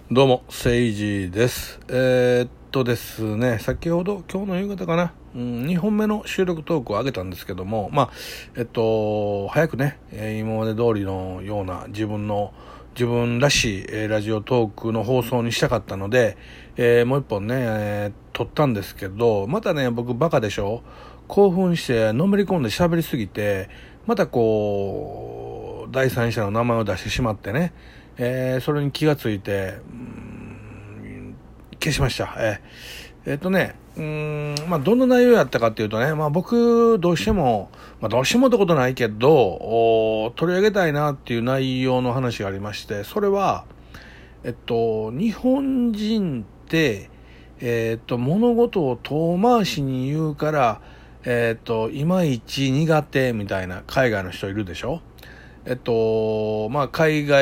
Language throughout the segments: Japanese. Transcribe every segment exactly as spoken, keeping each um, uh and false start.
どうも、せいじです。えー、っとですね、先ほど、今日の夕方かな、うん、にほんめの収録トークを上げたんですけども、まあ、えっと、早くね、えー今まで通りのような自分の、自分らしい、えーラジオトークの放送にしたかったので、えーもう一本ね、えー撮ったんですけど、またね、僕バカでしょ、興奮してのめり込んで喋りすぎて、またこう、第三者の名前を出してしまってね、えーそれに気がついて、うーん消しました。えーえーっとね、うーん、まあ、どんな内容やったかっていうとね、まあ、僕、どうしても、まあ、どうしてもってことないけど、お取り上げたいなっていう内容の話がありまして、それは、えっと、日本人って、えっと、物事を遠回しに言うから、えっと、いまいち苦手みたいな海外の人いるでしょ。えっと、まあ、海外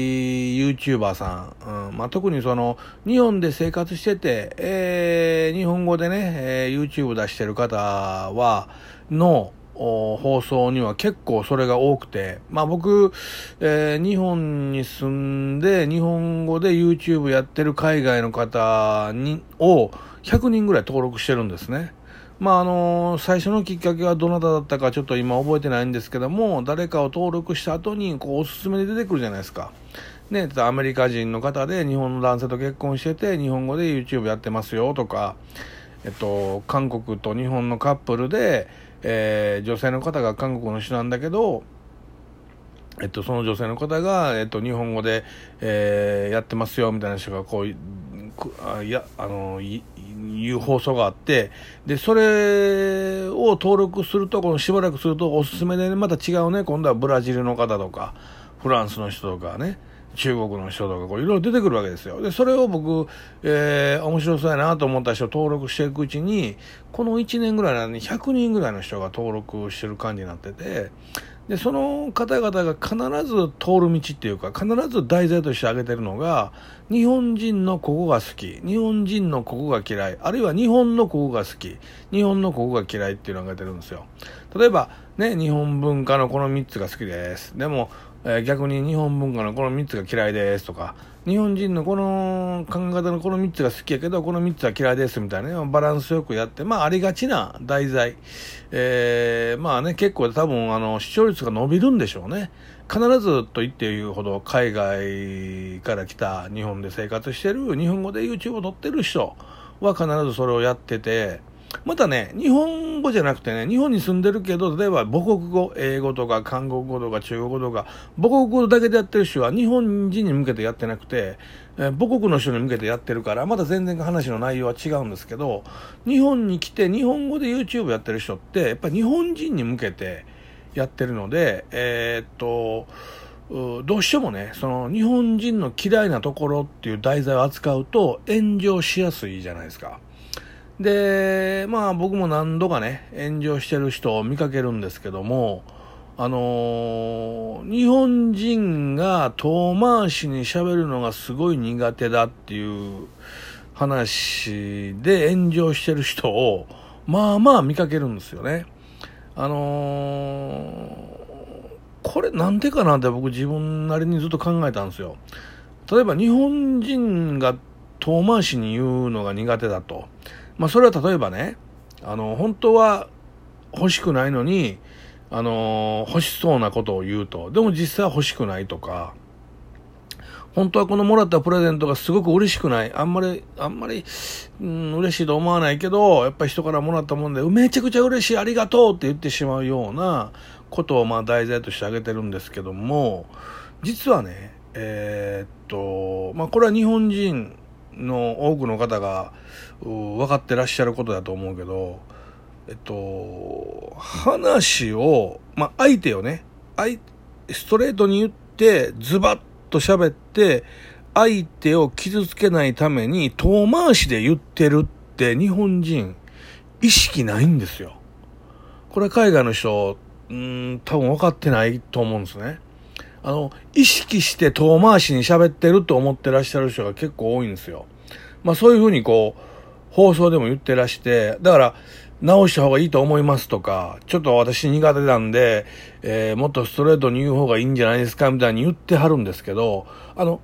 YouTuber さん、うん、まあ、特にその、日本で生活してて、えー、日本語でね、えー YouTube 出してる方は、の、お放送には結構それが多くて、まあ僕、えー日本に住んで日本語で YouTube やってる海外の方にをひゃくにんぐらい登録してるんですね。まああの最初のきっかけはどなただったかちょっと今覚えてないんですけども、誰かを登録した後にこうおすすめで出てくるじゃないですか。ね、アメリカ人の方で日本の男性と結婚してて日本語で YouTube やってますよとか、えっと、韓国と日本のカップルで、えー女性の方が韓国の人なんだけど、えっと、その女性の方が、えっと、日本語で、えーやってますよみたいな人がこうくあいやあのいいう放送があって、でそれを登録すると、このしばらくするとおすすめで、ね、また違うね、今度はブラジルの方とかフランスの人とかね、中国の人とかこういろいろ出てくるわけですよ。でそれを僕、えー面白そうやなと思った人を登録していくうちに、このいちねんぐらいなのにひゃくにんぐらいの人が登録してる感じになってて、でその方々が必ず通る道っていうか、必ず題材として挙げてるのが、日本人のここが好き、日本人のここが嫌い、あるいは日本のここが好き、日本のここが嫌いっていうのを挙げてるんですよ。例えばね、日本文化のこのみっつが好きです、でも、えー逆に日本文化のこのみっつが嫌いですとか、日本人のこの考え方のこのみっつが好きやけどこのみっつは嫌いですみたいな、ね、バランスよくやって、まあありがちな題材、えー、まあね、結構多分あの視聴率が伸びるんでしょうね。必ずと言っていうほど海外から来た日本で生活してる、日本語で YouTube を撮ってる人は必ずそれをやってて、またね、日本語じゃなくてね、日本に住んでるけど、例えば母国語、英語とか韓国語とか中国語とか、母国語だけでやってる人は日本人に向けてやってなくて、えー母国の人に向けてやってるから、また全然話の内容は違うんですけど、日本に来て日本語で YouTube やってる人って、やっぱり日本人に向けてやってるので、えーっと、うどうしてもね、その日本人の嫌いなところっていう題材を扱うと炎上しやすいじゃないですか。で、まあ僕も何度かね、炎上してる人を見かけるんですけども、あのー日本人が遠回しに喋るのがすごい苦手だっていう話で炎上してる人を、まあまあ見かけるんですよね。あのーこれなんでかなって僕自分なりにずっと考えたんですよ。例えば日本人が遠回しに言うのが苦手だと。まあそれは例えばね、あの、本当は欲しくないのに、あの、欲しそうなことを言うと。でも実際は欲しくないとか、本当はこのもらったプレゼントがすごく嬉しくない。あんまり、あんまり、うん、嬉しいと思わないけど、やっぱり人からもらったもんで、めちゃくちゃ嬉しい、ありがとうって言ってしまうようなことをまあ題材として挙げてるんですけども、実はね、えーっと、まあこれは日本人の多くの方がう分かってらっしゃることだと思うけど、えっと、話を、まあ相手をね、相ストレートに言ってズバッと喋って相手を傷つけないために遠回しで言ってるって日本人意識ないんですよ。これ海外の人、うーん、多分分かってないと思うんですね。あの、意識して遠回しに喋ってると思ってらっしゃる人が結構多いんですよ。まあそういうふうにこう、放送でも言ってらして、だから直した方がいいと思いますとか、ちょっと私苦手なんで、えー、もっとストレートに言う方がいいんじゃないですかみたいに言ってはるんですけど、あの、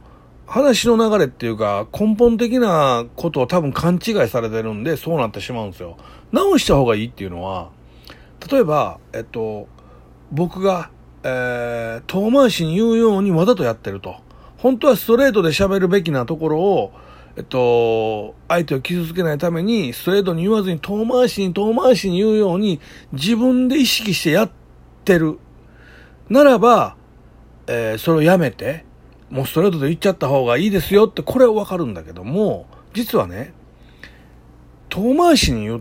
話の流れっていうか、根本的なことを多分勘違いされてるんで、そうなってしまうんですよ。直した方がいいっていうのは、例えば、えっと、僕が、えー、遠回しに言うようにわざとやってると。本当はストレートで喋るべきなところを、えっと、相手を傷つけないために、ストレートに言わずに遠回しに遠回しに言うように、自分で意識してやってる。ならば、えー、それをやめて、もうストレートで言っちゃった方がいいですよって、これはわかるんだけども、実はね、遠回しに言って、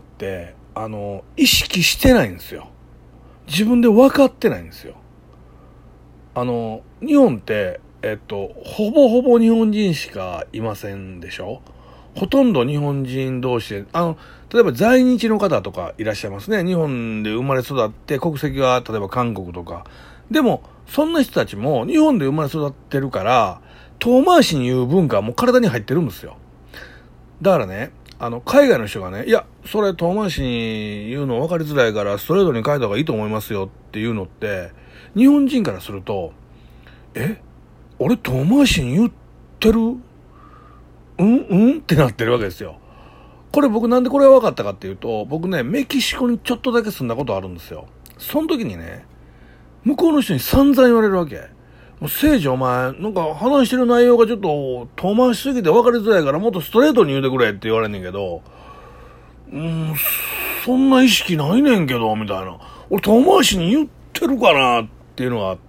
あの、意識してないんですよ。自分で分かってないんですよ。あの、日本って、えっと、ほぼほぼ日本人しかいませんでしょ？ほとんど日本人同士で、あの、例えば在日の方とかいらっしゃいますね。日本で生まれ育って、国籍は例えば韓国とか。でも、そんな人たちも日本で生まれ育ってるから、遠回しに言う文化はもう体に入ってるんですよ。だからね、あの、海外の人がね、いや、それ遠回しに言うの分かりづらいからストレートに書いた方がいいと思いますよっていうのって、日本人からすると、え？俺遠回しに言ってる？うんうんってなってるわけですよ。これ僕なんでこれが分かったかっていうと、僕ね、メキシコにちょっとだけ住んだことあるんですよ。その時にね、向こうの人に散々言われるわけ。もう、聖司お前、なんか話してる内容がちょっと遠回しすぎて分かりづらいからもっとストレートに言うてくれって言われんねんけど、うーん、そんな意識ないねんけど、みたいな。俺遠回しに言ってるかなっていうのがあって、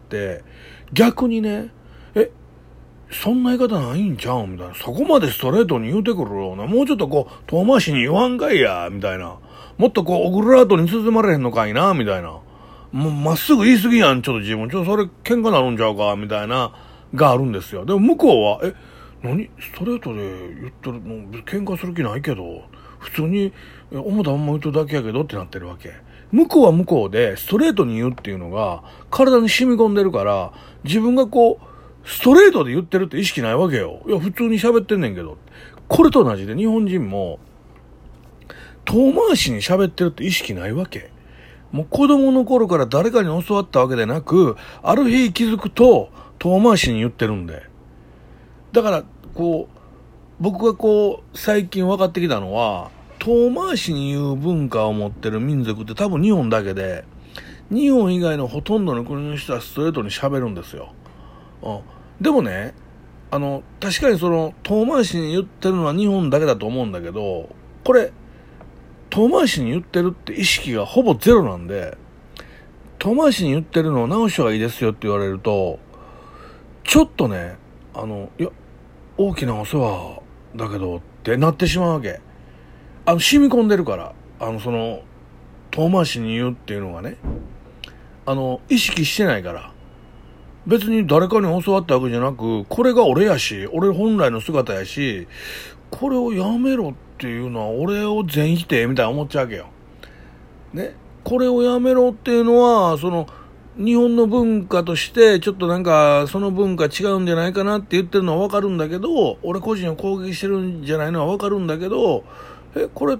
逆にね、え、そんな言い方ないんちゃうみたいな。そこまでストレートに言うてくるような。もうちょっとこう、遠回しに言わんかいや、みたいな。もっとこう、オグラートに包まれへんのかいな、みたいな。もうまっすぐ言い過ぎやん、ちょっと自分。ちょっとそれ喧嘩なるんちゃうか、みたいな、があるんですよ。でも向こうは、え、何ストレートで言ってるの、喧嘩する気ないけど、普通に、思ったまんま言うとるだけやけどってなってるわけ。向こうは向こうで、ストレートに言うっていうのが、体に染み込んでるから、自分がこう、ストレートで言ってるって意識ないわけよ。いや、普通に喋ってんねんけど。これと同じで日本人も、遠回しに喋ってるって意識ないわけ。もう子供の頃から誰かに教わったわけでなく、ある日気づくと遠回しに言ってるんで。だから、こう、僕がこう、最近分かってきたのは、遠回しに言う文化を持ってる民族って多分日本だけで、日本以外のほとんどの国の人はストレートに喋るんですよ。うん、でもね、あの、確かにその、遠回しに言ってるのは日本だけだと思うんだけど、これ、遠回しに言ってるって意識がほぼゼロなんで、遠回しに言ってるのを直した方がいいですよって言われると、ちょっとね、あの、いや、大きなお世話だけどってなってしまうわけ。あの、染み込んでるから、あの、その、遠回しに言うっていうのがね、あの、意識してないから、別に誰かに教わったわけじゃなく、これが俺やし、俺本来の姿やし、これをやめろっていうのは俺を全否定みたいな思っちゃうわけよ。ね。これをやめろっていうのは、その、日本の文化として、ちょっとなんか、その文化違うんじゃないかなって言ってるのはわかるんだけど、俺個人を攻撃してるんじゃないのはわかるんだけど、え、これって、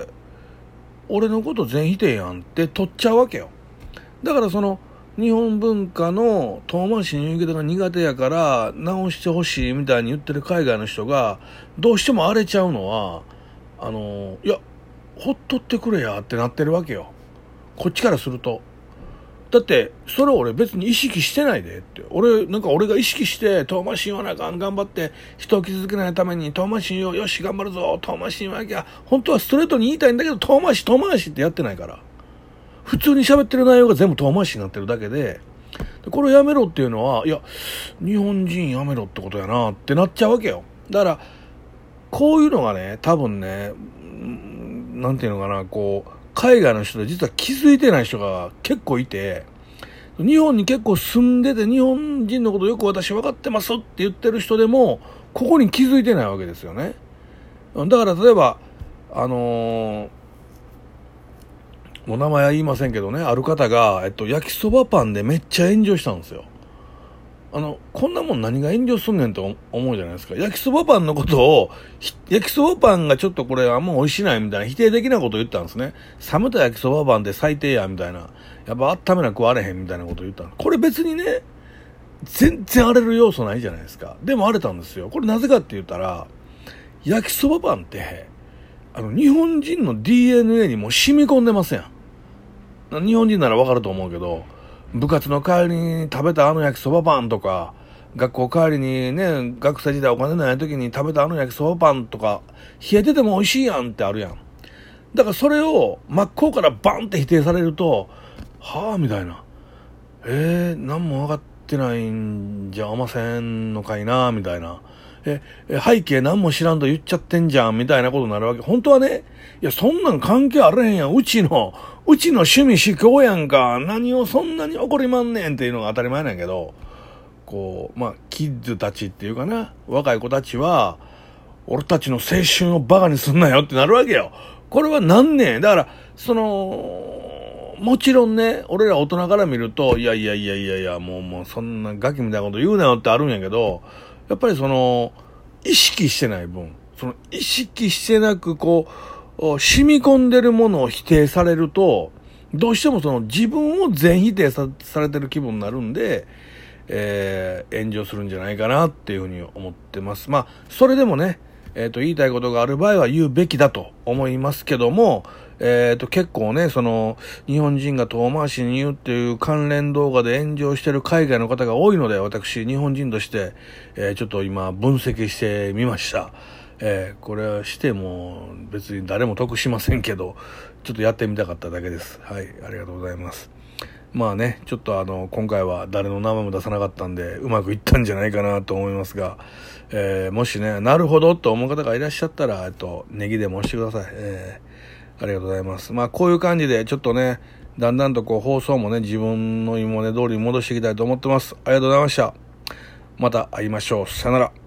俺のこと全否定やんって取っちゃうわけよ。だからその、日本文化の遠回しに言う言い方が苦手やから直してほしいみたいに言ってる海外の人がどうしても荒れちゃうのは、あの、いや、ほっとってくれやってなってるわけよ。こっちからすると。だって、それ俺別に意識してないでって。俺、なんか俺が意識して遠回し言わなあかん、頑張って人を傷つけないために遠回し言おう、よし頑張るぞ、遠回し言わなきゃ、本当はストレートに言いたいんだけど遠回し遠回しってやってないから。普通に喋ってる内容が全部遠回しになってるだけで、これをやめろっていうのは、いや、日本人やめろってことやなってなっちゃうわけよ。だから、こういうのがね、多分ね、なんていうのかな、こう、海外の人で実は気づいてない人が結構いて、日本に結構住んでて日本人のことよく私分かってますって言ってる人でも、ここに気づいてないわけですよね。だから例えば、あのー、もう名前は言いませんけどね、ある方が、えっと、焼きそばパンでめっちゃ炎上したんですよ。あの、こんなもん何が炎上すんねんと思うじゃないですか。焼きそばパンのことを、焼きそばパンがちょっとこれあんま美味しないみたいな否定的なことを言ったんですね。冷めた焼きそばパンって最低やみたいな。やっぱ温めな食われへんみたいなことを言ったんです。これ別にね、 全然荒れる要素ないじゃないですか。でも荒れたんですよ。これなぜかって言ったら、焼きそばパンって、あの、日本人の ディーエヌエー にも染み込んでますやん。日本人ならわかると思うけど、部活の帰りに食べたあの焼きそばパンとか、学校帰りにね、学生時代お金ない時に食べたあの焼きそばパンとか、冷えてても美味しいやんってあるやん。だからそれを真っ向からバンって否定されると、はぁみたいな。えー、何も分かってないんじゃあませんのかいなみたいな。え、背景何も知らんと言っちゃってんじゃんみたいなことになるわけ。本当はね、いや、そんなん関係あれへんやん。うちの、うちの趣味思考やんか。何をそんなに怒りまんねんっていうのが当たり前なんやけど、こう、まあ、キッズたちっていうかな、若い子たちは、俺たちの青春をバカにすんなよってなるわけよ。これはなんねん。だから、その、もちろんね、俺ら大人から見ると、いやいやいやいやいや、もうもうそんなガキみたいなこと言うなよってあるんやけど、やっぱりその、意識してない分、その意識してなくこう、染み込んでるものを否定されると、どうしてもその自分を全否定 さ, されてる気分になるんで、えー、炎上するんじゃないかなっていうふうに思ってます。まあ、それでもね、えっと、言いたいことがある場合は言うべきだと思いますけども、えっと、結構ね、その、日本人が遠回しに言うっていう関連動画で炎上してる海外の方が多いので、私、日本人として、えー、ちょっと今、分析してみました。えー、これはしても別に誰も得しませんけど、ちょっとやってみたかっただけです。はい、ありがとうございます。まあね、ちょっとあの、今回は誰の名前も出さなかったんで、うまくいったんじゃないかなと思いますが、えー、もしね、なるほどと思う方がいらっしゃったら、えっと、ネギでも押してください。えー、ありがとうございます。まあ、こういう感じで、ちょっとね、だんだんとこう、放送もね、自分の今まで通りに戻していきたいと思ってます。ありがとうございました。また会いましょう。さよなら。